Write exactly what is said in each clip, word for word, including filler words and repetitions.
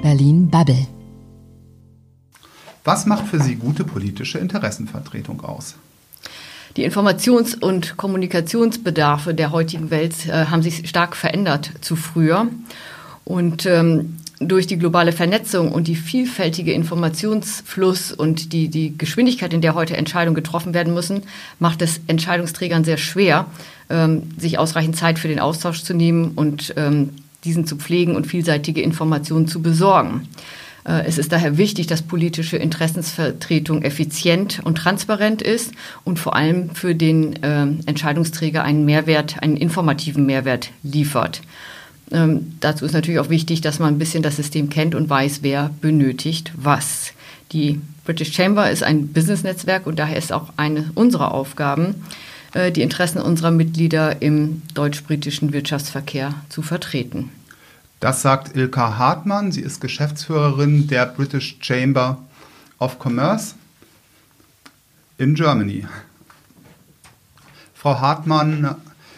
Berlin Bubble. Was macht für Sie gute politische Interessenvertretung aus? Die Informations- und Kommunikationsbedarfe der heutigen Welt äh, haben sich stark verändert zu früher. Und ähm, durch die globale Vernetzung und die vielfältige Informationsfluss und die, die Geschwindigkeit, in der heute Entscheidungen getroffen werden müssen, macht es Entscheidungsträgern sehr schwer, ähm, sich ausreichend Zeit für den Austausch zu nehmen und ähm, diesen zu pflegen und vielseitige Informationen zu besorgen. Äh, es ist daher wichtig, dass politische Interessensvertretung effizient und transparent ist und vor allem für den äh, Entscheidungsträger einen Mehrwert, einen informativen Mehrwert liefert. Ähm, dazu ist natürlich auch wichtig, dass man ein bisschen das System kennt und weiß, wer benötigt was. Die British Chamber ist ein Business-Netzwerk und daher ist auch eine unserer Aufgaben, äh, die Interessen unserer Mitglieder im deutsch-britischen Wirtschaftsverkehr zu vertreten. Das sagt Ilka Hartmann. Sie ist Geschäftsführerin der British Chamber of Commerce in Germany. Frau Hartmann,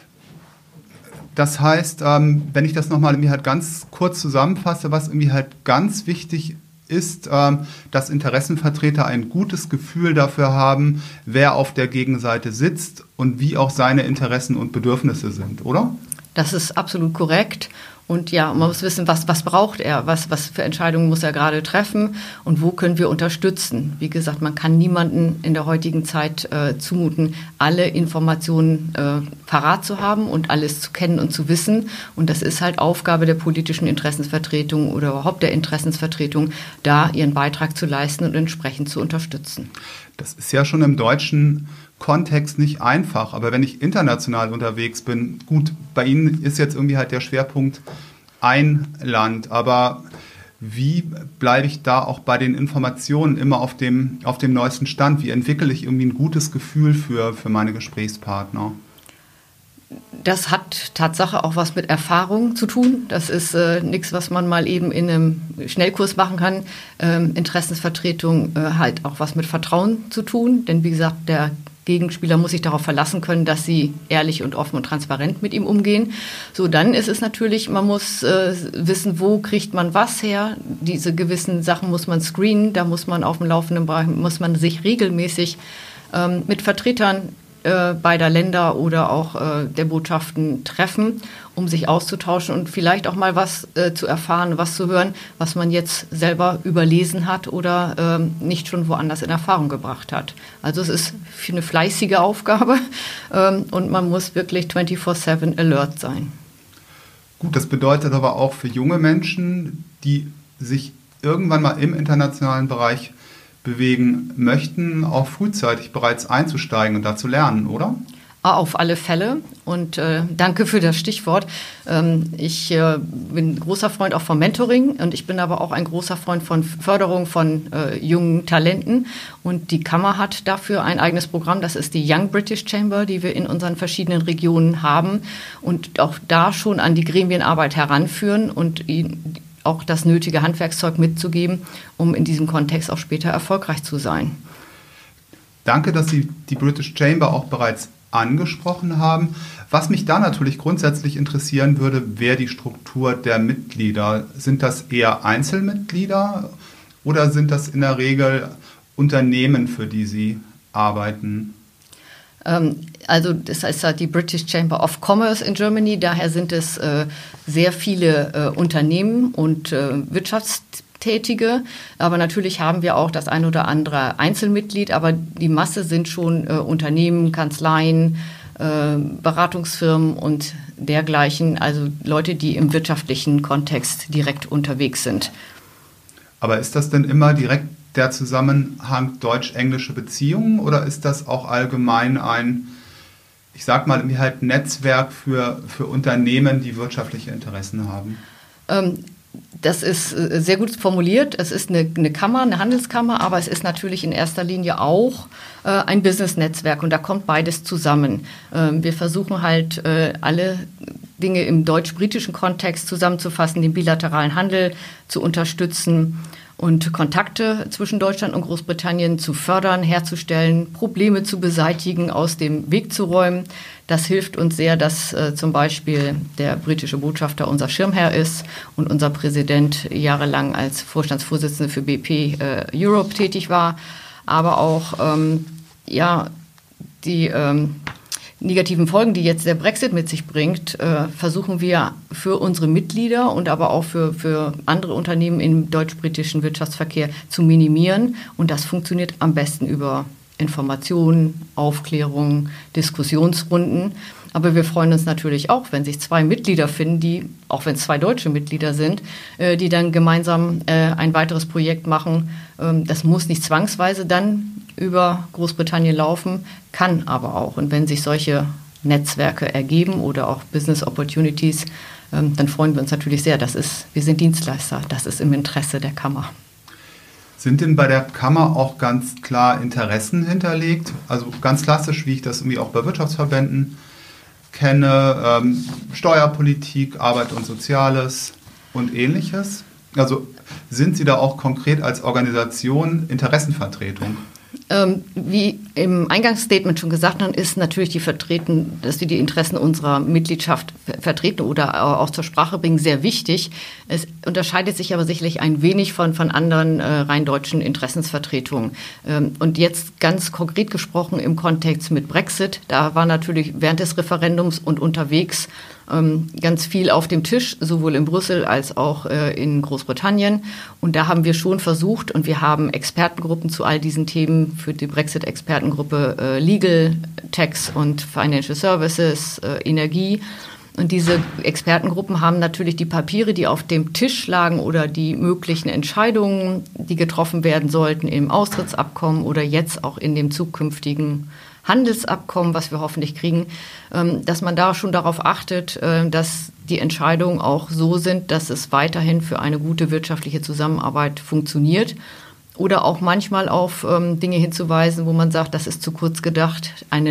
das heißt, ähm, wenn ich das nochmal irgendwie halt ganz kurz zusammenfasse, was irgendwie halt ganz wichtig ist, ähm, dass Interessenvertreter ein gutes Gefühl dafür haben, wer auf der Gegenseite sitzt und wie auch seine Interessen und Bedürfnisse sind, oder? Das ist absolut korrekt. Und ja, man muss wissen, was, was braucht er, was, was für Entscheidungen muss er gerade treffen und wo können wir unterstützen. Wie gesagt, man kann niemanden in der heutigen Zeit äh, zumuten, alle Informationen äh, parat zu haben und alles zu kennen und zu wissen. Und das ist halt Aufgabe der politischen Interessensvertretung oder überhaupt der Interessensvertretung, da ihren Beitrag zu leisten und entsprechend zu unterstützen. Das ist ja schon im deutschen Kontext nicht einfach, aber wenn ich international unterwegs bin, gut, bei Ihnen ist jetzt irgendwie halt der Schwerpunkt ein Land, aber wie bleibe ich da auch bei den Informationen immer auf dem, auf dem neuesten Stand? Wie entwickle ich irgendwie ein gutes Gefühl für, für meine Gesprächspartner? Das hat Tatsache auch was mit Erfahrung zu tun. Das ist äh, nichts, was man mal eben in einem Schnellkurs machen kann. Ähm, Interessensvertretung äh, halt auch was mit Vertrauen zu tun, denn wie gesagt, der Gegenspieler muss sich darauf verlassen können, dass sie ehrlich und offen und transparent mit ihm umgehen. So, dann ist es natürlich, man muss äh, wissen, wo kriegt man was her. Diese gewissen Sachen muss man screenen, da muss man auf dem laufenden Bereich, muss man sich regelmäßig ähm, mit Vertretern äh, beider Länder oder auch äh, der Botschaften treffen, um sich auszutauschen und vielleicht auch mal was äh, zu erfahren, was zu hören, was man jetzt selber überlesen hat oder ähm, nicht schon woanders in Erfahrung gebracht hat. Also es ist eine fleißige Aufgabe ähm, und man muss wirklich vierundzwanzig sieben alert sein. Gut, das bedeutet aber auch für junge Menschen, die sich irgendwann mal im internationalen Bereich bewegen möchten, auch frühzeitig bereits einzusteigen und da zu lernen, oder? Auf alle Fälle und äh, danke für das Stichwort. Ähm, ich äh, bin großer Freund auch von Mentoring und ich bin aber auch ein großer Freund von Förderung von äh, jungen Talenten und die Kammer hat dafür ein eigenes Programm, das ist die Young British Chamber, die wir in unseren verschiedenen Regionen haben und auch da schon an die Gremienarbeit heranführen und ihnen auch das nötige Handwerkszeug mitzugeben, um in diesem Kontext auch später erfolgreich zu sein. Danke, dass Sie die British Chamber auch bereits angesprochen haben. Was mich da natürlich grundsätzlich interessieren würde, wäre die Struktur der Mitglieder. Sind das eher Einzelmitglieder oder sind das in der Regel Unternehmen, für die Sie arbeiten? Also das heißt die British Chamber of Commerce in Germany, daher sind es äh, sehr viele äh, Unternehmen und äh, Wirtschaftstätige, aber natürlich haben wir auch das ein oder andere Einzelmitglied, aber die Masse sind schon äh, Unternehmen, Kanzleien, äh, Beratungsfirmen und dergleichen, also Leute, die im wirtschaftlichen Kontext direkt unterwegs sind. Aber ist das denn immer direkt der Zusammenhang deutsch-englische Beziehungen oder ist das auch allgemein ein, ich sag mal, irgendwie halt Netzwerk für, für Unternehmen, die wirtschaftliche Interessen haben? Ähm, das ist sehr gut formuliert. Es ist eine, eine Kammer, eine Handelskammer, aber es ist natürlich in erster Linie auch äh, ein Business-Netzwerk und da kommt beides zusammen. Ähm, wir versuchen halt äh, alle Dinge im deutsch-britischen Kontext zusammenzufassen, den bilateralen Handel zu unterstützen. und Kontakte zwischen Deutschland und Großbritannien zu fördern, herzustellen, Probleme zu beseitigen, aus dem Weg zu räumen. Das hilft uns sehr, dass äh, zum Beispiel der britische Botschafter unser Schirmherr ist und unser Präsident jahrelang als Vorstandsvorsitzender für B P äh, Europe tätig war. Aber auch ähm, ja, die ähm, negativen Folgen, die jetzt der Brexit mit sich bringt, äh, versuchen wir für unsere Mitglieder und aber auch für, für andere Unternehmen im deutsch-britischen Wirtschaftsverkehr zu minimieren. Und das funktioniert am besten über Informationen, Aufklärung, Diskussionsrunden. Aber wir freuen uns natürlich auch, wenn sich zwei Mitglieder finden, die, auch wenn es zwei deutsche Mitglieder sind, äh, die dann gemeinsam äh, ein weiteres Projekt machen. Ähm, das muss nicht zwangsweise dann über Großbritannien laufen, kann aber auch. Und wenn sich solche Netzwerke ergeben oder auch Business Opportunities, ähm, dann freuen wir uns natürlich sehr. Das ist, wir sind Dienstleister, das ist im Interesse der Kammer. Sind denn bei der Kammer auch ganz klar Interessen hinterlegt? Also ganz klassisch, wie ich das irgendwie auch bei Wirtschaftsverbänden kenne, ähm, Steuerpolitik, Arbeit und Soziales und Ähnliches. Also sind Sie da auch konkret als Organisation Interessenvertretung? Ähm, wie im Eingangsstatement schon gesagt haben, ist natürlich die Vertreten, dass wir die Interessen unserer Mitgliedschaft vertreten oder auch zur Sprache bringen, sehr wichtig. Es unterscheidet sich aber sicherlich ein wenig von, von anderen äh, rein deutschen Interessensvertretungen. Ähm, und jetzt ganz konkret gesprochen im Kontext mit Brexit, da war natürlich während des Referendums und unterwegs ähm, ganz viel auf dem Tisch, sowohl in Brüssel als auch äh, in Großbritannien. Und da haben wir schon versucht, und wir haben Expertengruppen zu all diesen Themen für die Brexit-Expertengruppe äh, Legal, Tax und Financial Services, äh, Energie. Und diese Expertengruppen haben natürlich die Papiere, die auf dem Tisch lagen oder die möglichen Entscheidungen, die getroffen werden sollten im Austrittsabkommen oder jetzt auch in dem zukünftigen Handelsabkommen, was wir hoffentlich kriegen, dass man da schon darauf achtet, dass die Entscheidungen auch so sind, dass es weiterhin für eine gute wirtschaftliche Zusammenarbeit funktioniert. Oder auch manchmal auf ähm, Dinge hinzuweisen, wo man sagt, das ist zu kurz gedacht. Eine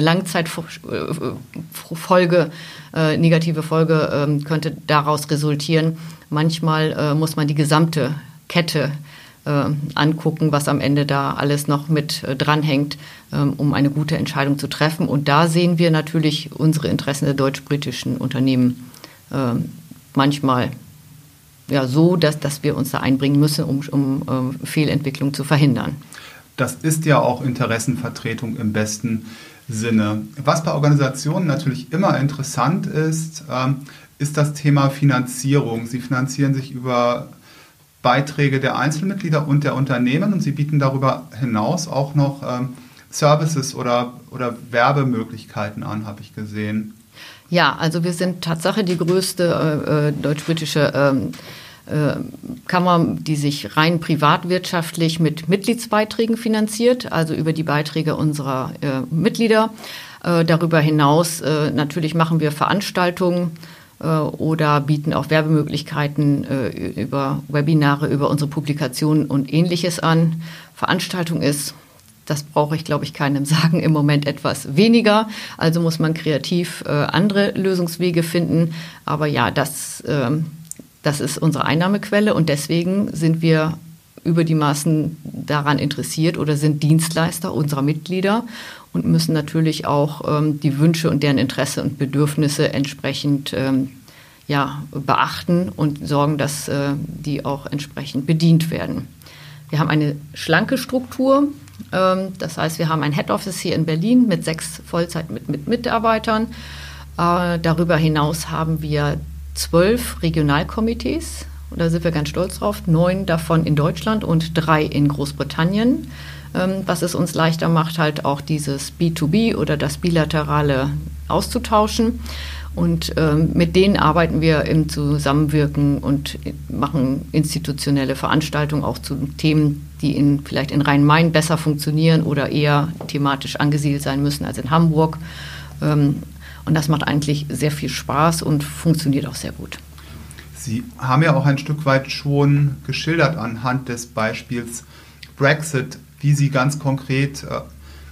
Langzeitfolge, äh, negative Folge ähm, könnte daraus resultieren. Manchmal äh, muss man die gesamte Kette äh, angucken, was am Ende da alles noch mit äh, dranhängt, ähm, um eine gute Entscheidung zu treffen. Und da sehen wir natürlich unsere Interessen der deutsch-britischen Unternehmen äh, manchmal ja, so, dass, dass wir uns da einbringen müssen, um, um um Fehlentwicklung zu verhindern. Das ist ja auch Interessenvertretung im besten Sinne. Was bei Organisationen natürlich immer interessant ist, ähm, ist das Thema Finanzierung. Sie finanzieren sich über Beiträge der Einzelmitglieder und der Unternehmen und sie bieten darüber hinaus auch noch ähm, Services oder, oder Werbemöglichkeiten an, habe ich gesehen. Ja, also wir sind Tatsache die größte äh, deutsch-britische ähm, äh, Kammer, die sich rein privatwirtschaftlich mit Mitgliedsbeiträgen finanziert, also über die Beiträge unserer äh, Mitglieder. Äh, darüber hinaus äh, natürlich machen wir Veranstaltungen äh, oder bieten auch Werbemöglichkeiten äh, über Webinare, über unsere Publikationen und Ähnliches an. Veranstaltung ist, das brauche ich, glaube ich, keinem sagen, im Moment etwas weniger. Also muss man kreativ äh, andere Lösungswege finden. Aber ja, das, äh, das ist unsere Einnahmequelle und deswegen sind wir über die Maßen daran interessiert oder sind Dienstleister unserer Mitglieder und müssen natürlich auch ähm, die Wünsche und deren Interesse und Bedürfnisse entsprechend ähm, ja, beachten und sorgen, dass äh, die auch entsprechend bedient werden. Wir haben eine schlanke Struktur. Das heißt, wir haben ein Head Office hier in Berlin mit sechs Vollzeit mit, mit Mitarbeitern. Äh, darüber hinaus haben wir zwölf Regionalkomitees. Und da sind wir ganz stolz drauf. Neun davon in Deutschland und drei in Großbritannien. Ähm, was es uns leichter macht, halt auch dieses B zwei B oder das Bilaterale auszutauschen. Und ähm, mit denen arbeiten wir im Zusammenwirken und machen institutionelle Veranstaltungen auch zu Themen, die in, vielleicht in Rhein-Main besser funktionieren oder eher thematisch angesiedelt sein müssen als in Hamburg. Ähm, und das macht eigentlich sehr viel Spaß und funktioniert auch sehr gut. Sie haben ja auch ein Stück weit schon geschildert anhand des Beispiels Brexit, wie Sie ganz konkret äh,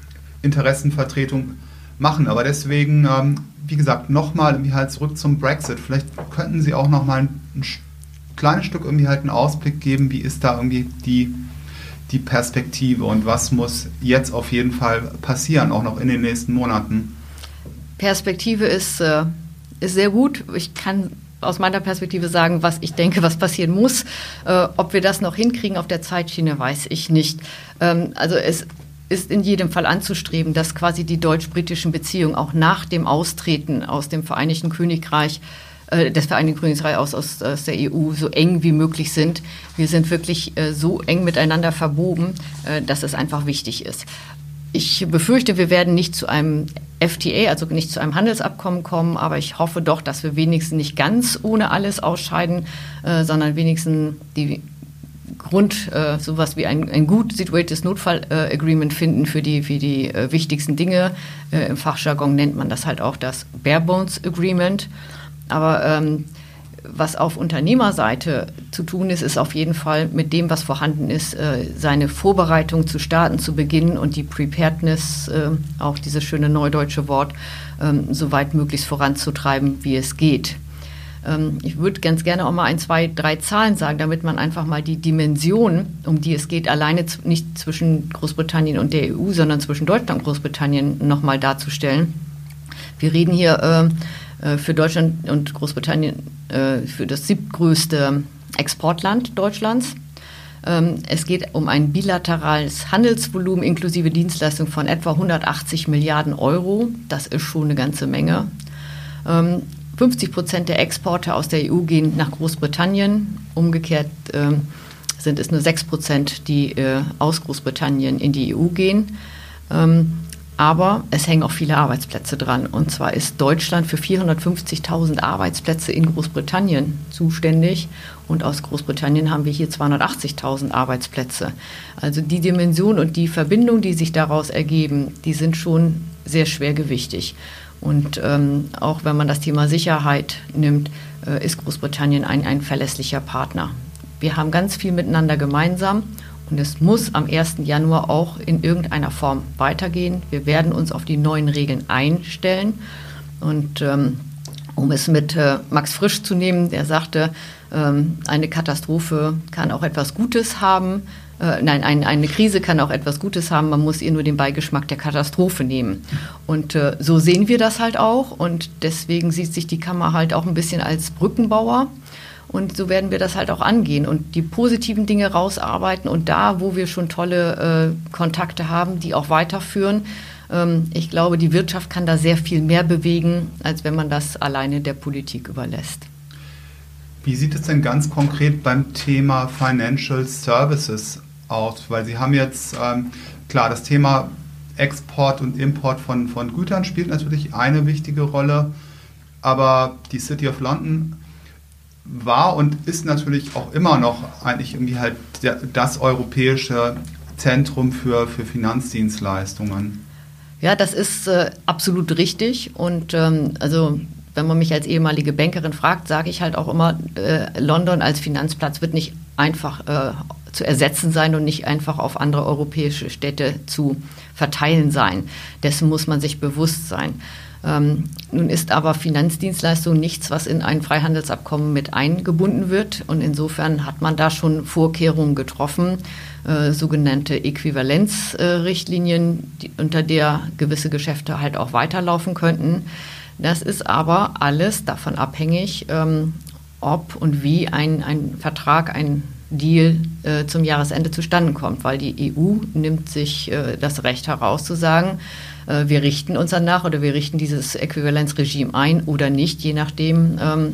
Interessenvertretung machen. Aber deswegen, ähm, wie gesagt, nochmal halt zurück zum Brexit. Vielleicht könnten Sie auch nochmal ein kleines Stück irgendwie halt einen Ausblick geben, wie ist da irgendwie die, die Perspektive und was muss jetzt auf jeden Fall passieren, auch noch in den nächsten Monaten? Perspektive ist, äh, ist sehr gut. Ich kann aus meiner Perspektive sagen, was ich denke, was passieren muss. Äh, ob wir das noch hinkriegen auf der Zeitschiene, weiß ich nicht. Ähm, also es ist in jedem Fall anzustreben, dass quasi die deutsch-britischen Beziehungen auch nach dem Austreten aus dem Vereinigten Königreich, äh, des Vereinigten Königreichs aus, aus, aus der E U so eng wie möglich sind. Wir sind wirklich äh, so eng miteinander verwoben, äh, dass es einfach wichtig ist. Ich befürchte, wir werden nicht zu einem F T A, also nicht zu einem Handelsabkommen kommen, aber ich hoffe doch, dass wir wenigstens nicht ganz ohne alles ausscheiden, äh, sondern wenigstens die Grund, äh, sowas wie ein, ein gut situiertes Notfall-Agreement äh, finden für die, für die äh, wichtigsten Dinge. Äh, Im Fachjargon nennt man das halt auch das Bare-Bones-Agreement. Aber ähm, was auf Unternehmerseite zu tun ist, ist auf jeden Fall mit dem, was vorhanden ist, seine Vorbereitung zu starten, zu beginnen und die Preparedness, auch dieses schöne neudeutsche Wort, so weit möglichst voranzutreiben, wie es geht. Ich würde ganz gerne auch mal ein, zwei, drei Zahlen sagen, damit man einfach mal die Dimension, um die es geht, alleine nicht zwischen Großbritannien und der E U, sondern zwischen Deutschland und Großbritannien nochmal darzustellen. Wir reden hier für Deutschland und Großbritannien für das siebtgrößte Exportland Deutschlands. Es geht um ein bilaterales Handelsvolumen inklusive Dienstleistung von etwa hundertachtzig Milliarden Euro. Das ist schon eine ganze Menge. fünfzig Prozent der Exporte aus der E U gehen nach Großbritannien. Umgekehrt sind es nur sechs Prozent, die aus Großbritannien in die E U gehen. Aber es hängen auch viele Arbeitsplätze dran. Und zwar ist Deutschland für vierhundertfünfzigtausend Arbeitsplätze in Großbritannien zuständig. Und aus Großbritannien haben wir hier zweihundertachtzigtausend Arbeitsplätze. Also die Dimension und die Verbindung, die sich daraus ergeben, die sind schon sehr schwergewichtig. Und ähm, auch wenn man das Thema Sicherheit nimmt, äh, ist Großbritannien ein, ein verlässlicher Partner. Wir haben ganz viel miteinander gemeinsam. Und es muss am ersten Januar auch in irgendeiner Form weitergehen. Wir werden uns auf die neuen Regeln einstellen. Und ähm, um es mit äh, Max Frisch zu nehmen, der sagte, ähm, eine Katastrophe kann auch etwas Gutes haben. Äh, nein, ein, eine Krise kann auch etwas Gutes haben. Man muss ihr nur den Beigeschmack der Katastrophe nehmen. Und äh, so sehen wir das halt auch. Und deswegen sieht sich die Kammer halt auch ein bisschen als Brückenbauer. Und so werden wir das halt auch angehen und die positiven Dinge rausarbeiten und da, wo wir schon tolle äh, Kontakte haben, die auch weiterführen. Ähm, ich glaube, die Wirtschaft kann da sehr viel mehr bewegen, als wenn man das alleine der Politik überlässt. Wie sieht es denn ganz konkret beim Thema Financial Services aus? Weil Sie haben jetzt, ähm, klar, das Thema Export und Import von, von Gütern spielt natürlich eine wichtige Rolle, aber die City of London war und ist natürlich auch immer noch eigentlich irgendwie halt der, das europäische Zentrum für, für Finanzdienstleistungen. Ja, das ist äh, absolut richtig. Und ähm, also wenn man mich als ehemalige Bankerin fragt, sage ich halt auch immer, äh, London als Finanzplatz wird nicht einfach äh, zu ersetzen sein und nicht einfach auf andere europäische Städte zu verteilen sein. Dessen muss man sich bewusst sein. Ähm, nun ist aber Finanzdienstleistung nichts, was in ein Freihandelsabkommen mit eingebunden wird. Und insofern hat man da schon Vorkehrungen getroffen, äh, sogenannte Äquivalenzrichtlinien, äh, unter der gewisse Geschäfte halt auch weiterlaufen könnten. Das ist aber alles davon abhängig, ähm, ob und wie ein, ein Vertrag, ein Deal äh, zum Jahresende zustande kommt, weil die E U nimmt sich äh, das Recht heraus zu sagen, äh, wir richten uns danach oder wir richten dieses Äquivalenzregime ein oder nicht, je nachdem, ähm,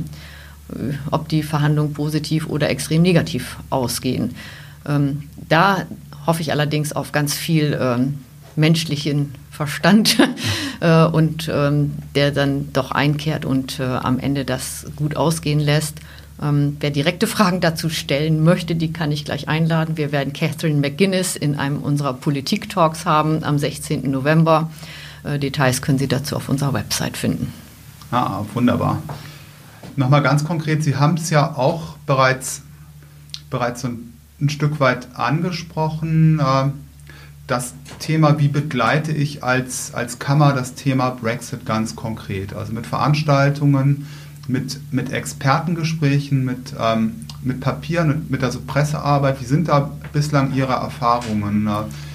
ob die Verhandlungen positiv oder extrem negativ ausgehen. Ähm, da hoffe ich allerdings auf ganz viel ähm, menschlichen Verstand äh, und ähm, der dann doch einkehrt und äh, am Ende das gut ausgehen lässt. Ähm, wer direkte Fragen dazu stellen möchte, die kann ich gleich einladen. Wir werden Catherine McGuinness in einem unserer Politik-Talks haben am sechzehnten November. Äh, Details können Sie dazu auf unserer Website finden. Ah, wunderbar. Nochmal ganz konkret, Sie haben es ja auch bereits, bereits so ein, ein Stück weit angesprochen. Äh, das Thema, wie begleite ich als, als Kammer das Thema Brexit ganz konkret? Also mit Veranstaltungen, mit, mit Expertengesprächen, mit, ähm, mit Papieren, mit, mit also Pressearbeit? Wie sind da bislang Ihre Erfahrungen?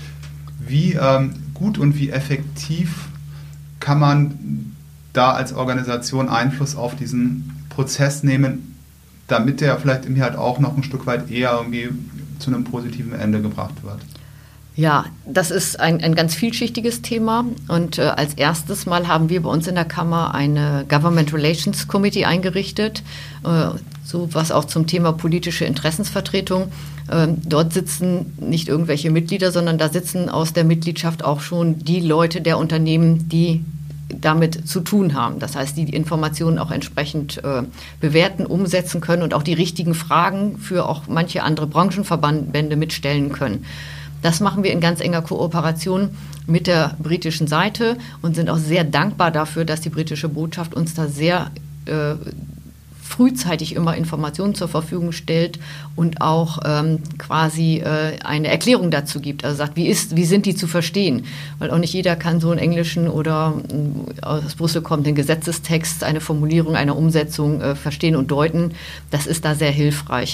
Wie ähm, gut und wie effektiv kann man da als Organisation Einfluss auf diesen Prozess nehmen, damit der vielleicht irgendwie halt auch noch ein Stück weit eher irgendwie zu einem positiven Ende gebracht wird? Ja, das ist ein, ein ganz vielschichtiges Thema und äh, als erstes Mal haben wir bei uns in der Kammer eine Government Relations Committee eingerichtet, äh, so was auch zum Thema politische Interessensvertretung. Äh, dort sitzen nicht irgendwelche Mitglieder, sondern da sitzen aus der Mitgliedschaft auch schon die Leute der Unternehmen, die damit zu tun haben. Das heißt, die die Informationen auch entsprechend äh, bewerten, umsetzen können und auch die richtigen Fragen für auch manche andere Branchenverbände mitstellen können. Das machen wir in ganz enger Kooperation mit der britischen Seite und sind auch sehr dankbar dafür, dass die britische Botschaft uns da sehr äh, frühzeitig immer Informationen zur Verfügung stellt und auch ähm, quasi äh, eine Erklärung dazu gibt. Also sagt, wie ist, wie sind die zu verstehen? Weil auch nicht jeder kann so einen englischen oder äh, aus Brüssel kommenden Gesetzestext, eine Formulierung, eine Umsetzung äh, verstehen und deuten. Das ist da sehr hilfreich.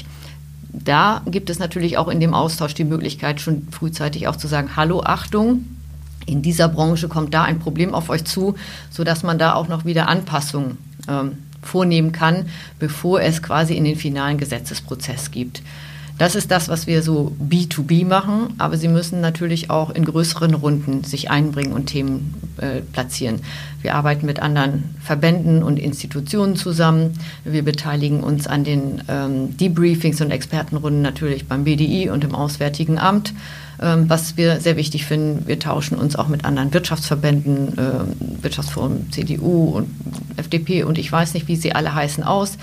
Da gibt es natürlich auch in dem Austausch die Möglichkeit, schon frühzeitig auch zu sagen, hallo, Achtung, in dieser Branche kommt da ein Problem auf euch zu, sodass man da auch noch wieder Anpassungen ähm, vornehmen kann, bevor es quasi in den finalen Gesetzesprozess gibt. Das ist das, was wir so B to B machen, aber Sie müssen natürlich auch in größeren Runden sich einbringen und Themen äh, platzieren. Wir arbeiten mit anderen Verbänden und Institutionen zusammen. Wir beteiligen uns an den ähm, Debriefings und Expertenrunden natürlich beim B D I und im Auswärtigen Amt. Ähm, was wir sehr wichtig finden, wir tauschen uns auch mit anderen Wirtschaftsverbänden, äh, Wirtschaftsforum, C D U und F D P und ich weiß nicht, wie sie alle heißen, aus.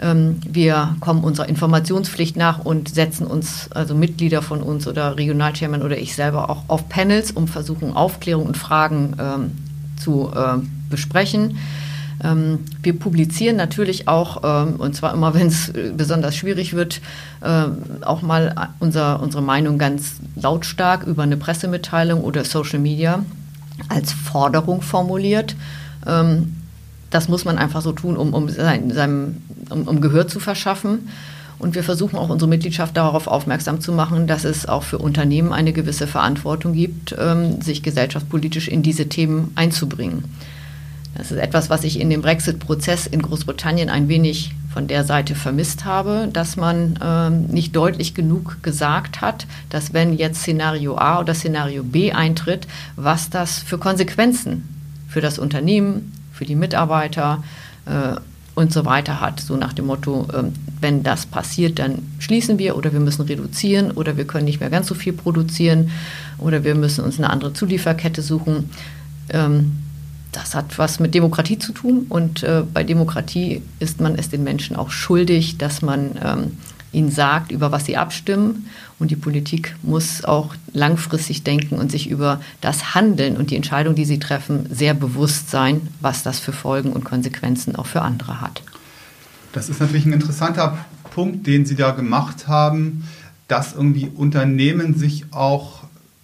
Wir kommen unserer Informationspflicht nach und setzen uns, also Mitglieder von uns oder Regionalchairman oder ich selber auch auf Panels, um versuchen, Aufklärung und Fragen ähm, zu äh, besprechen. Ähm, wir publizieren natürlich auch, ähm, und zwar immer, wenn es besonders schwierig wird, äh, auch mal unser, unsere Meinung ganz lautstark über eine Pressemitteilung oder Social Media als Forderung formuliert. Ähm, Das muss man einfach so tun, um, um, sein, seinem, um, um Gehör zu verschaffen. Und wir versuchen auch unsere Mitgliedschaft darauf aufmerksam zu machen, dass es auch für Unternehmen eine gewisse Verantwortung gibt, ähm, sich gesellschaftspolitisch in diese Themen einzubringen. Das ist etwas, was ich in dem Brexit-Prozess in Großbritannien ein wenig von der Seite vermisst habe, dass man ähm, nicht deutlich genug gesagt hat, dass wenn jetzt Szenario A oder Szenario B eintritt, was das für Konsequenzen für das Unternehmen, für die Mitarbeiter äh, und so weiter hat. So nach dem Motto, äh, wenn das passiert, dann schließen wir oder wir müssen reduzieren oder wir können nicht mehr ganz so viel produzieren oder wir müssen uns eine andere Zulieferkette suchen. Ähm, das hat was mit Demokratie zu tun und äh, bei Demokratie ist man es den Menschen auch schuldig, dass man ähm, ihnen sagt, über was sie abstimmen. Und die Politik muss auch langfristig denken und sich über das Handeln und die Entscheidung, die sie treffen, sehr bewusst sein, was das für Folgen und Konsequenzen auch für andere hat. Das ist natürlich ein interessanter Punkt, den Sie da gemacht haben, dass irgendwie Unternehmen sich auch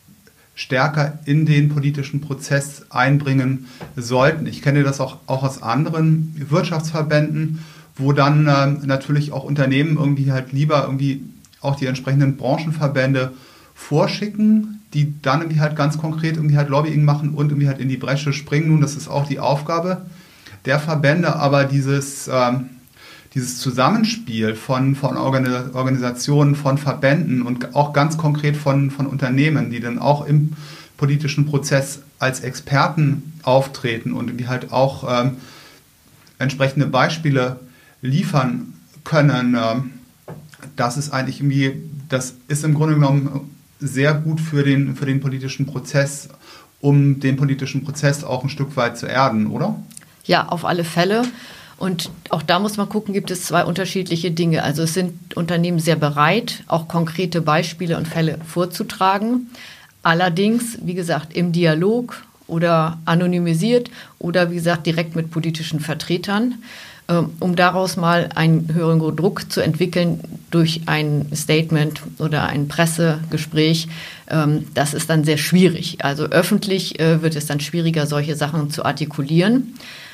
stärker in den politischen Prozess einbringen sollten. Ich kenne das auch, auch aus anderen Wirtschaftsverbänden, wo dann äh, natürlich auch Unternehmen irgendwie halt lieber irgendwie auch die entsprechenden Branchenverbände vorschicken, die dann irgendwie halt ganz konkret irgendwie halt Lobbying machen und irgendwie halt in die Bresche springen. Nun, das ist auch die Aufgabe der Verbände, aber dieses, ähm, dieses Zusammenspiel von, von Organisationen, von Verbänden und auch ganz konkret von, von Unternehmen, die dann auch im politischen Prozess als Experten auftreten und irgendwie halt auch ähm, entsprechende Beispiele liefern können, das ist eigentlich irgendwie, das ist im Grunde genommen sehr gut für den, für den politischen Prozess, um den politischen Prozess auch ein Stück weit zu erden, oder? Ja, auf alle Fälle. Und auch da muss man gucken, gibt es zwei unterschiedliche Dinge. Also es sind Unternehmen sehr bereit, auch konkrete Beispiele und Fälle vorzutragen. Allerdings, wie gesagt, im Dialog oder anonymisiert oder wie gesagt direkt mit politischen Vertretern, um daraus mal einen höheren Druck zu entwickeln durch ein Statement oder ein Pressegespräch. Das ist dann sehr schwierig. Also öffentlich wird es dann schwieriger, solche Sachen zu artikulieren.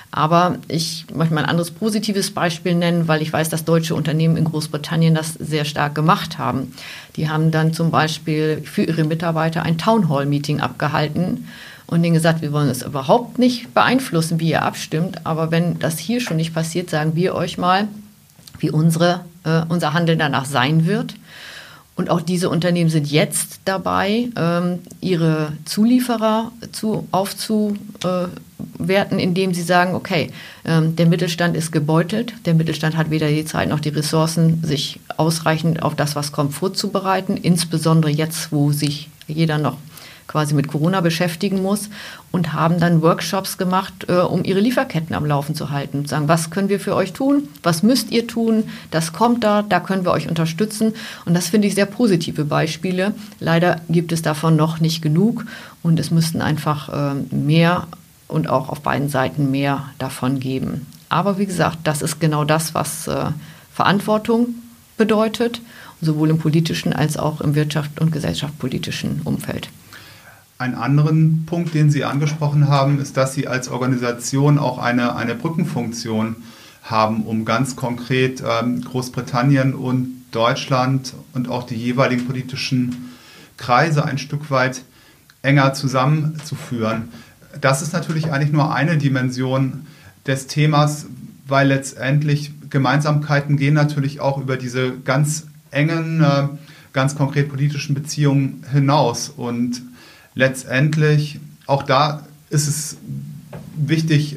Aber ich möchte mal ein anderes positives Beispiel nennen, weil ich weiß, dass deutsche Unternehmen in Großbritannien das sehr stark gemacht haben. Die haben dann zum Beispiel für ihre Mitarbeiter ein Townhall-Meeting abgehalten und denen gesagt, wir wollen es überhaupt nicht beeinflussen, wie ihr abstimmt. Aber wenn das hier schon nicht passiert, sagen wir euch mal, wie unsere, äh, unser Handeln danach sein wird. Und auch diese Unternehmen sind jetzt dabei, ähm, ihre Zulieferer zu, aufzuwerten, indem sie sagen, okay, ähm, der Mittelstand ist gebeutelt, der Mittelstand hat weder die Zeit noch die Ressourcen, sich ausreichend auf das, was kommt, vorzubereiten, insbesondere jetzt, wo sich jeder noch quasi mit Corona beschäftigen muss, und haben dann Workshops gemacht, äh, um ihre Lieferketten am Laufen zu halten. Und sagen, was können wir für euch tun? Was müsst ihr tun? Das kommt da, da können wir euch unterstützen. Und das finde ich sehr positive Beispiele. Leider gibt es davon noch nicht genug und es müssten einfach äh, mehr und auch auf beiden Seiten mehr davon geben. Aber wie gesagt, das ist genau das, was äh, Verantwortung bedeutet, sowohl im politischen als auch im wirtschafts- und gesellschaftspolitischen Umfeld. Einen anderen Punkt, den Sie angesprochen haben, ist, dass Sie als Organisation auch eine, eine Brückenfunktion haben, um ganz konkret ähm, Großbritannien und Deutschland und auch die jeweiligen politischen Kreise ein Stück weit enger zusammenzuführen. Das ist natürlich eigentlich nur eine Dimension des Themas, weil letztendlich Gemeinsamkeiten gehen natürlich auch über diese ganz engen, äh, ganz konkret politischen Beziehungen hinaus. Und letztendlich, auch da ist es wichtig,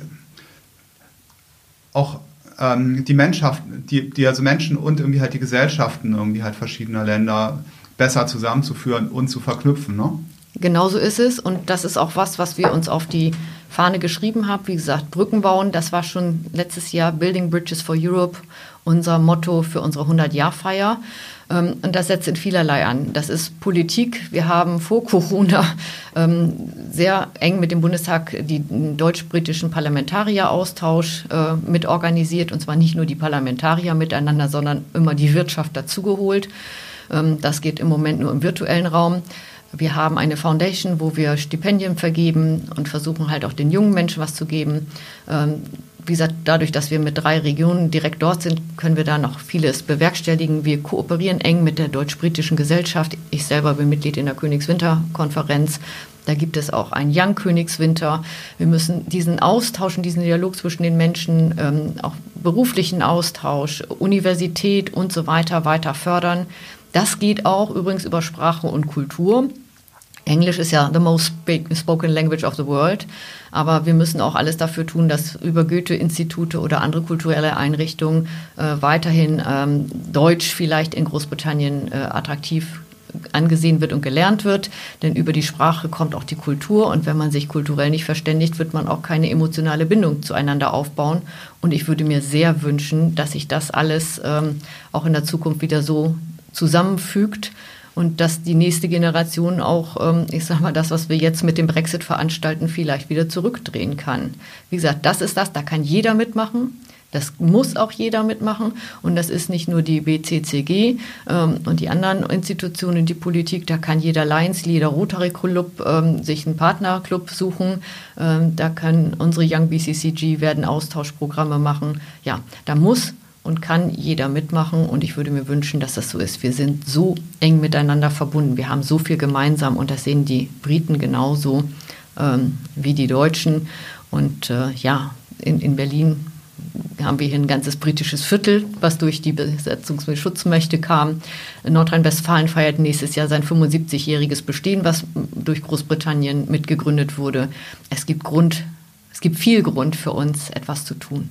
auch ähm, die Menschheit, die, die also Menschen und irgendwie halt die Gesellschaften irgendwie halt verschiedener Länder besser zusammenzuführen und zu verknüpfen, ne? Genau so ist es, und das ist auch was, was wir uns auf die Fahne geschrieben haben. Wie gesagt, Brücken bauen, das war schon letztes Jahr Building Bridges for Europe, unser Motto für unsere hundert-Jahr-Feier. Und das setzt in vielerlei an. Das ist Politik. Wir haben vor Corona ähm, sehr eng mit dem Bundestag den deutsch-britischen Parlamentarier-Austausch äh, mit organisiert. Und zwar nicht nur die Parlamentarier miteinander, sondern immer die Wirtschaft dazugeholt. Ähm, das geht im Moment nur im virtuellen Raum. Wir haben eine Foundation, wo wir Stipendien vergeben und versuchen halt auch den jungen Menschen was zu geben. Ähm, Wie gesagt, dadurch, dass wir mit drei Regionen direkt dort sind, können wir da noch vieles bewerkstelligen. Wir kooperieren eng mit der deutsch-britischen Gesellschaft. Ich selber bin Mitglied in der Königswinter-Konferenz. Da gibt es auch einen Young Königswinter. Wir müssen diesen Austausch und diesen Dialog zwischen den Menschen, ähm, auch beruflichen Austausch, Universität und so weiter, weiter fördern. Das geht auch übrigens über Sprache und Kultur. Englisch ist ja the most spoken language of the world, aber wir müssen auch alles dafür tun, dass über Goethe-Institute oder andere kulturelle Einrichtungen äh, weiterhin ähm, Deutsch vielleicht in Großbritannien äh, attraktiv angesehen wird und gelernt wird, denn über die Sprache kommt auch die Kultur, und wenn man sich kulturell nicht verständigt, wird man auch keine emotionale Bindung zueinander aufbauen, und ich würde mir sehr wünschen, dass sich das alles ähm, auch in der Zukunft wieder so zusammenfügt, und dass die nächste Generation auch, ich sag mal, das, was wir jetzt mit dem Brexit veranstalten, vielleicht wieder zurückdrehen kann. Wie gesagt, das ist das, da kann jeder mitmachen. Das muss auch jeder mitmachen. Und das ist nicht nur die B C C G ähm, und die anderen Institutionen, die Politik. Da kann jeder Lions, jeder Rotary Club ähm, sich einen Partnerclub suchen. Ähm, da kann unsere Young B C C G werden Austauschprogramme machen. Ja, da muss und kann jeder mitmachen, und ich würde mir wünschen, dass das so ist. Wir sind so eng miteinander verbunden, wir haben so viel gemeinsam, und das sehen die Briten genauso ähm, wie die Deutschen. Und äh, ja, in, in Berlin haben wir hier ein ganzes britisches Viertel, was durch die Besetzungsschutzmächte kam. Nordrhein-Westfalen feiert nächstes Jahr sein fünfundsiebzigjähriges Bestehen, was durch Großbritannien mitgegründet wurde. Es gibt Grund, es gibt viel Grund für uns, etwas zu tun.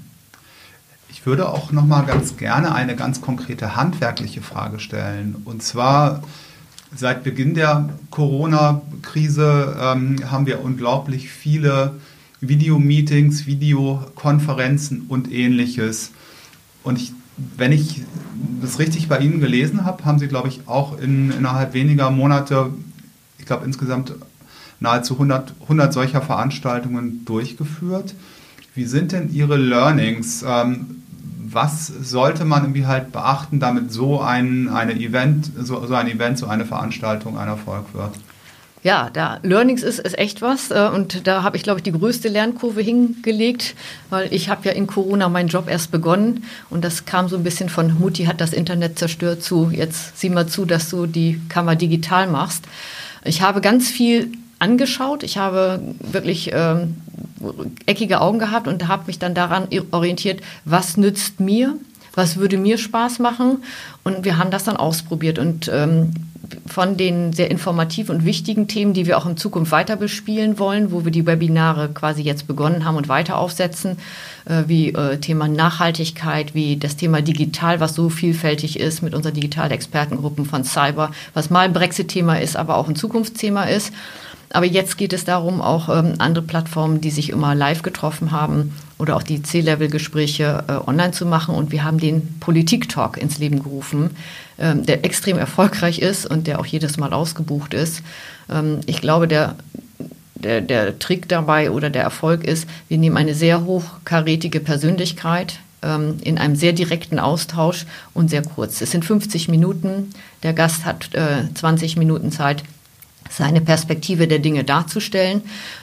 Ich würde auch noch mal ganz gerne eine ganz konkrete handwerkliche Frage stellen. Und zwar, seit Beginn der Corona-Krise ähm, haben wir unglaublich viele Videomeetings, Videokonferenzen und Ähnliches. Und ich, wenn ich das richtig bei Ihnen gelesen habe, haben Sie, glaube ich, auch in, innerhalb weniger Monate, ich glaube insgesamt nahezu hundert, hundert solcher Veranstaltungen durchgeführt. Wie sind denn Ihre Learnings? Ähm, was sollte man irgendwie halt beachten, damit so ein, eine Event, so, so ein Event, so eine Veranstaltung ein Erfolg wird? Ja, da Learnings ist, ist echt was und da habe ich, glaube ich, die größte Lernkurve hingelegt, weil ich habe ja in Corona meinen Job erst begonnen und das kam so ein bisschen von Mutti hat das Internet zerstört zu jetzt sieh mal zu, dass du die Kamera digital machst. Ich habe ganz viel angeschaut, ich habe wirklich ähm, eckige Augen gehabt und habe mich dann daran orientiert, was nützt mir, was würde mir Spaß machen und wir haben das dann ausprobiert und ähm, von den sehr informativen und wichtigen Themen, die wir auch in Zukunft weiter bespielen wollen, wo wir die Webinare quasi jetzt begonnen haben und weiter aufsetzen, äh, wie äh, Thema Nachhaltigkeit, wie das Thema Digital, was so vielfältig ist mit unseren Digital-Expertengruppen von Cyber, was mal ein Brexit-Thema ist, aber auch ein Zukunftsthema ist. Aber jetzt geht es darum, auch ähm, andere Plattformen, die sich immer live getroffen haben oder auch die C-Level-Gespräche äh, online zu machen. Und wir haben den Politik-Talk ins Leben gerufen, ähm, der extrem erfolgreich ist und der auch jedes Mal ausgebucht ist. Ähm, ich glaube, der, der, der Trick dabei oder der Erfolg ist, wir nehmen eine sehr hochkarätige Persönlichkeit ähm, in einem sehr direkten Austausch und sehr kurz. Es sind fünfzig Minuten, der Gast hat äh, zwanzig Minuten Zeit, seine Perspektive der Dinge darzustellen.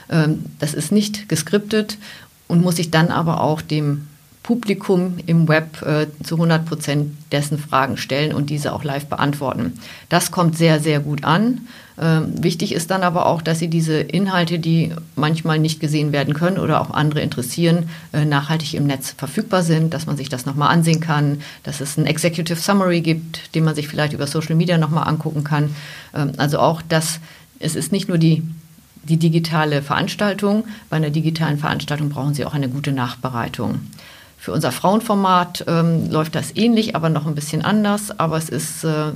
Das ist nicht geskriptet und muss sich dann aber auch dem Publikum im Web zu hundert Prozent dessen Fragen stellen und diese auch live beantworten. Das kommt sehr, sehr gut an. Wichtig ist dann aber auch, dass Sie diese Inhalte, die manchmal nicht gesehen werden können oder auch andere interessieren, nachhaltig im Netz verfügbar sind, dass man sich das nochmal ansehen kann, dass es ein Executive Summary gibt, den man sich vielleicht über Social Media nochmal angucken kann. Also auch das, es ist nicht nur die, die digitale Veranstaltung, bei einer digitalen Veranstaltung brauchen Sie auch eine gute Nachbereitung. Für unser Frauenformat ähm, läuft das ähnlich, aber noch ein bisschen anders, aber es ist... Äh,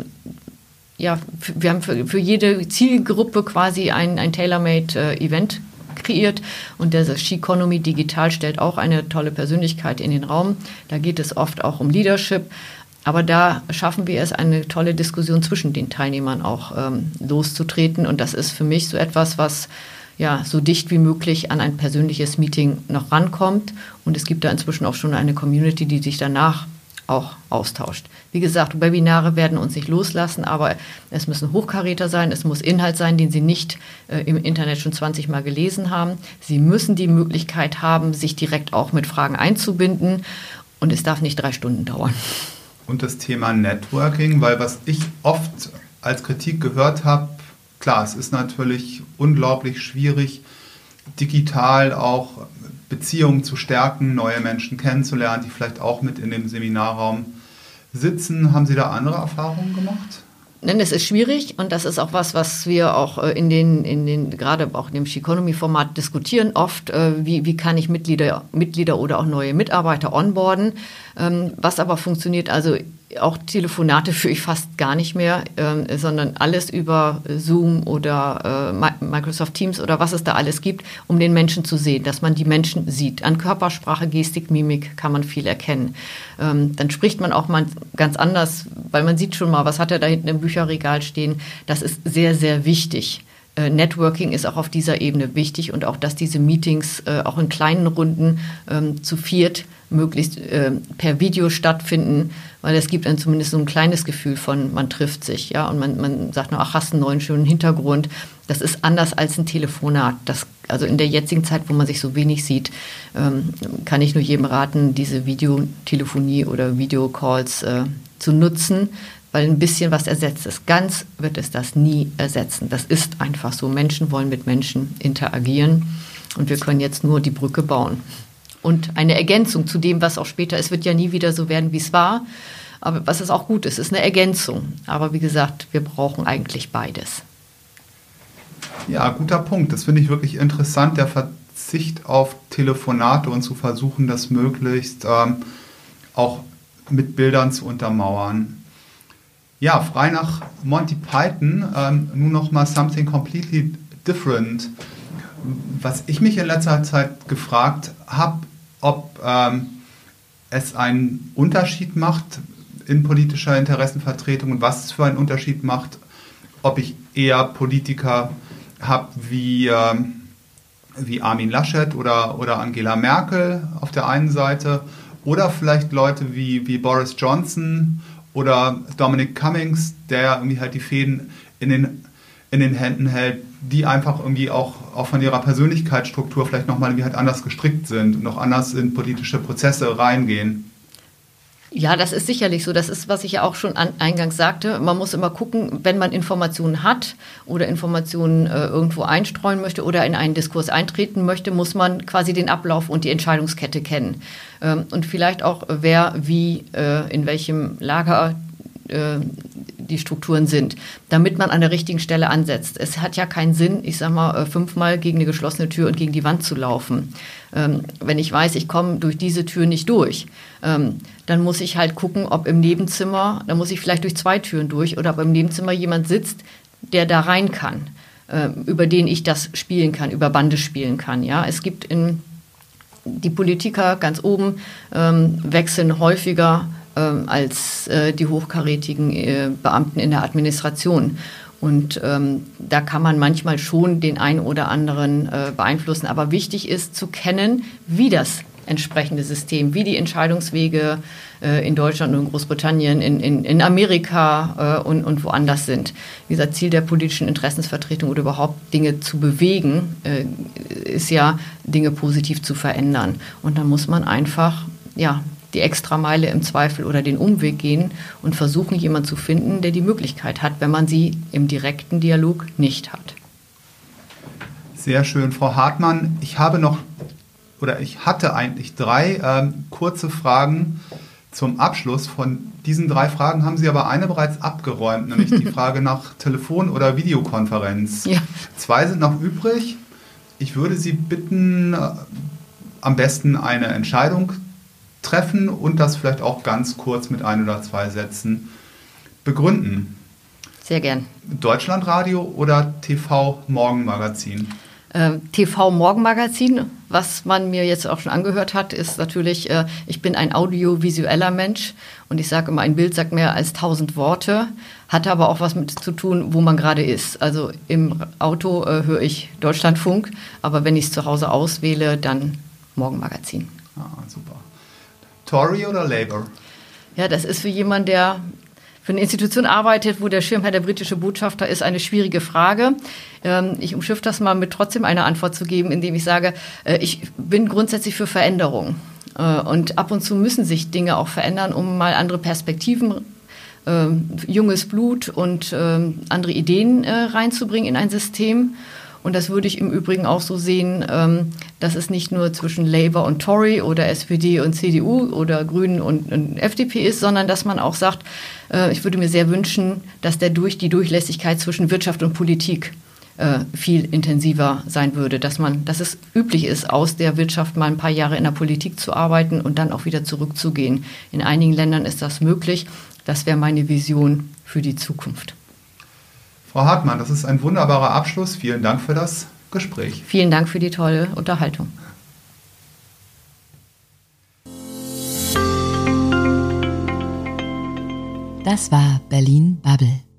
Ja, wir haben für, für jede Zielgruppe quasi ein, ein tailor-made äh, Event kreiert und der Sheconomy Digital stellt auch eine tolle Persönlichkeit in den Raum. Da geht es oft auch um Leadership, aber da schaffen wir es, eine tolle Diskussion zwischen den Teilnehmern auch ähm, loszutreten und das ist für mich so etwas, was ja so dicht wie möglich an ein persönliches Meeting noch rankommt und es gibt da inzwischen auch schon eine Community, die sich danach auch austauscht. Wie gesagt, Webinare werden uns nicht loslassen, aber es müssen Hochkaräter sein, es muss Inhalt sein, den Sie nicht äh, im Internet schon zwanzig Mal gelesen haben. Sie müssen die Möglichkeit haben, sich direkt auch mit Fragen einzubinden und es darf nicht drei Stunden dauern. Und das Thema Networking, weil was ich oft als Kritik gehört habe, klar, es ist natürlich unglaublich schwierig, digital auch Beziehungen zu stärken, neue Menschen kennenzulernen, die vielleicht auch mit in dem Seminarraum sitzen. Haben Sie da andere Erfahrungen gemacht? Nein, es ist schwierig und das ist auch was, was wir auch in den, in den gerade auch in dem Sheconomy-Format diskutieren oft, wie, wie kann ich Mitglieder, Mitglieder oder auch neue Mitarbeiter onboarden, was aber funktioniert, also auch Telefonate führe ich fast gar nicht mehr, äh, sondern alles über Zoom oder äh, Microsoft Teams oder was es da alles gibt, um den Menschen zu sehen, dass man die Menschen sieht. An Körpersprache, Gestik, Mimik kann man viel erkennen. Ähm, dann spricht man auch mal ganz anders, weil man sieht schon mal, was hat er da hinten im Bücherregal stehen. Das ist sehr, sehr wichtig. Äh, Networking ist auch auf dieser Ebene wichtig und auch, dass diese Meetings äh, auch in kleinen Runden ähm, zu viert möglichst äh, per Video stattfinden, weil es gibt dann zumindest so ein kleines Gefühl von, man trifft sich, ja, und man, man sagt nur, ach, hast einen neuen schönen Hintergrund. Das ist anders als ein Telefonat. Das, also in der jetzigen Zeit, wo man sich so wenig sieht, ähm, kann ich nur jedem raten, diese Videotelefonie oder Videocalls äh, zu nutzen, weil ein bisschen was ersetzt ist. Ganz wird es das nie ersetzen. Das ist einfach so. Menschen wollen mit Menschen interagieren und wir können jetzt nur die Brücke bauen. Und eine Ergänzung zu dem, was auch später, es wird ja nie wieder so werden, wie es war. Aber was es auch gut ist, ist eine Ergänzung. Aber wie gesagt, wir brauchen eigentlich beides. Ja, guter Punkt. Das finde ich wirklich interessant, der Verzicht auf Telefonate und zu versuchen, das möglichst ähm, auch mit Bildern zu untermauern. Ja, frei nach Monty Python, ähm, nun noch mal something completely different. Was ich mich in letzter Zeit gefragt habe, ob ähm, es einen Unterschied macht in politischer Interessenvertretung und was es für einen Unterschied macht, ob ich eher Politiker habe wie, ähm, wie Armin Laschet oder, oder Angela Merkel auf der einen Seite oder vielleicht Leute wie, wie Boris Johnson oder Dominic Cummings, der irgendwie halt die Fäden in den, in den Händen hält, die einfach irgendwie auch, auch von ihrer Persönlichkeitsstruktur vielleicht nochmal irgendwie halt anders gestrickt sind und noch anders in politische Prozesse reingehen. Ja, das ist sicherlich so. Das ist, was ich ja auch schon an, eingangs sagte. Man muss immer gucken, wenn man Informationen hat oder Informationen äh, irgendwo einstreuen möchte oder in einen Diskurs eintreten möchte, muss man quasi den Ablauf und die Entscheidungskette kennen. Ähm, und vielleicht auch, wer wie äh, in welchem Lager äh, die Strukturen sind, damit man an der richtigen Stelle ansetzt. Es hat ja keinen Sinn, ich sag mal, fünfmal gegen eine geschlossene Tür und gegen die Wand zu laufen. Ähm, wenn ich weiß, ich komme durch diese Tür nicht durch, ähm, dann muss ich halt gucken, ob im Nebenzimmer, dann muss ich vielleicht durch zwei Türen durch oder ob im Nebenzimmer jemand sitzt, der da rein kann, äh, über den ich das spielen kann, über Bande spielen kann. Ja, es gibt in die Politiker ganz oben ähm, wechseln häufiger ähm, als äh, die hochkarätigen äh, Beamten in der Administration. Und ähm, da kann man manchmal schon den einen oder anderen äh, beeinflussen. Aber wichtig ist zu kennen, wie das entsprechende System, wie die Entscheidungswege äh, in Deutschland und in Großbritannien, in, in, in Amerika äh, und, und woanders sind. Wie gesagt, Ziel der politischen Interessensvertretung oder überhaupt Dinge zu bewegen, äh, ist ja, Dinge positiv zu verändern. Und dann muss man einfach, ja, die Extrameile im Zweifel oder den Umweg gehen und versuchen, jemanden zu finden, der die Möglichkeit hat, wenn man sie im direkten Dialog nicht hat. Sehr schön, Frau Hartmann. Ich habe noch, oder ich hatte eigentlich drei ähm, kurze Fragen zum Abschluss. Von diesen drei Fragen haben Sie aber eine bereits abgeräumt, nämlich die Frage nach Telefon- oder Videokonferenz. Ja. Zwei sind noch übrig. Ich würde Sie bitten, äh, am besten eine Entscheidung treffen und das vielleicht auch ganz kurz mit ein oder zwei Sätzen begründen. Sehr gern. Deutschlandradio oder T V-Morgenmagazin? Äh, T V-Morgenmagazin, was man mir jetzt auch schon angehört hat, ist natürlich, äh, ich bin ein audiovisueller Mensch und ich sage immer, ein Bild sagt mehr als tausend Worte, hat aber auch was mit zu tun, wo man gerade ist. Also im Auto äh, höre ich Deutschlandfunk, aber wenn ich es zu Hause auswähle, dann Morgenmagazin. Ah, super. Tory oder Labour? Ja, das ist für jemanden, der für eine Institution arbeitet, wo der Schirmherr der britische Botschafter ist, eine schwierige Frage. Ähm, ich umschiff das mal mit trotzdem eine Antwort zu geben, indem ich sage, äh, ich bin grundsätzlich für Veränderung. Äh, und ab und zu müssen sich Dinge auch verändern, um mal andere Perspektiven, äh, junges Blut und äh, andere Ideen äh, reinzubringen in ein System. Und das würde ich im Übrigen auch so sehen, ähm, dass es nicht nur zwischen Labour und Tory oder S P D und C D U oder Grünen und, und F D P ist, sondern dass man auch sagt, äh, ich würde mir sehr wünschen, dass der durch die Durchlässigkeit zwischen Wirtschaft und Politik äh, viel intensiver sein würde, dass man, dass es üblich ist, aus der Wirtschaft mal ein paar Jahre in der Politik zu arbeiten und dann auch wieder zurückzugehen. In einigen Ländern ist das möglich. Das wäre meine Vision für die Zukunft. Frau Hartmann, das ist ein wunderbarer Abschluss. Vielen Dank für das Gespräch. Vielen Dank für die tolle Unterhaltung. Das war Berlin Bubble.